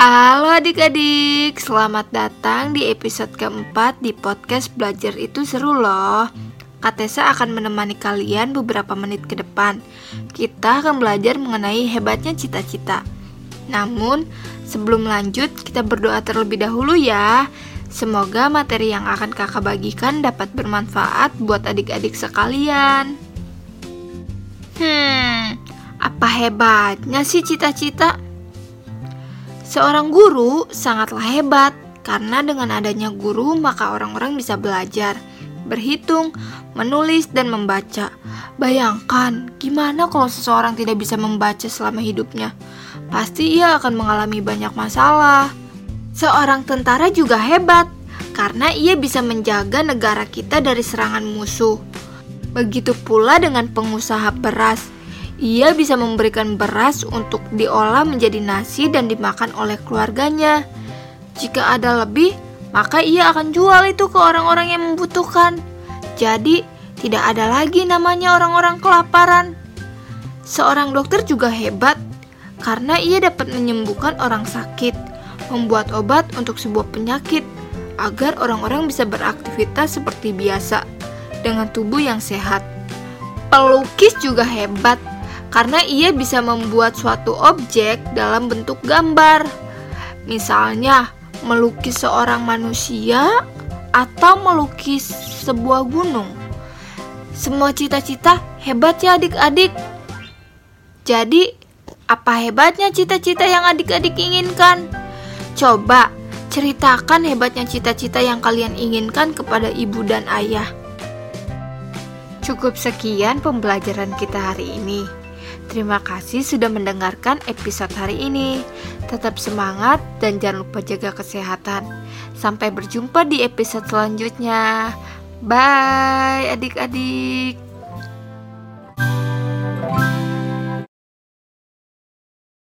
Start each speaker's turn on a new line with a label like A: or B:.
A: Halo adik-adik, selamat datang di episode keempat di podcast Belajar Itu Seru loh. Kak Tessa akan menemani kalian beberapa menit ke depan. Kita akan belajar mengenai hebatnya cita-cita. Namun, sebelum lanjut, kita berdoa terlebih dahulu ya. Semoga materi yang akan kakak bagikan dapat bermanfaat buat adik-adik sekalian. Apa hebatnya sih cita-cita? Seorang guru sangatlah hebat, karena dengan adanya guru maka orang-orang bisa belajar, berhitung, menulis, dan membaca. Bayangkan, gimana kalau seseorang tidak bisa membaca selama hidupnya? Pasti ia akan mengalami banyak masalah. Seorang tentara juga hebat, karena ia bisa menjaga negara kita dari serangan musuh. Begitu pula dengan pengusaha beras. Ia bisa memberikan beras untuk diolah menjadi nasi dan dimakan oleh keluarganya. Jika ada lebih, maka ia akan jual itu ke orang-orang yang membutuhkan. Jadi, tidak ada lagi namanya orang-orang kelaparan. Seorang dokter juga hebat, karena ia dapat menyembuhkan orang sakit, membuat obat untuk sebuah penyakit, agar orang-orang bisa beraktivitas seperti biasa, dengan tubuh yang sehat. Pelukis juga hebat, karena ia bisa membuat suatu objek dalam bentuk gambar. Misalnya, melukis seorang manusia atau melukis sebuah gunung. Semua cita-cita hebat ya adik-adik. Jadi, apa hebatnya cita-cita yang adik-adik inginkan? Coba ceritakan hebatnya cita-cita yang kalian inginkan kepada ibu dan ayah. Cukup sekian pembelajaran kita hari ini. Terima kasih sudah mendengarkan episode hari ini. Tetap semangat dan jangan lupa jaga kesehatan. Sampai berjumpa di episode selanjutnya. Bye adik-adik.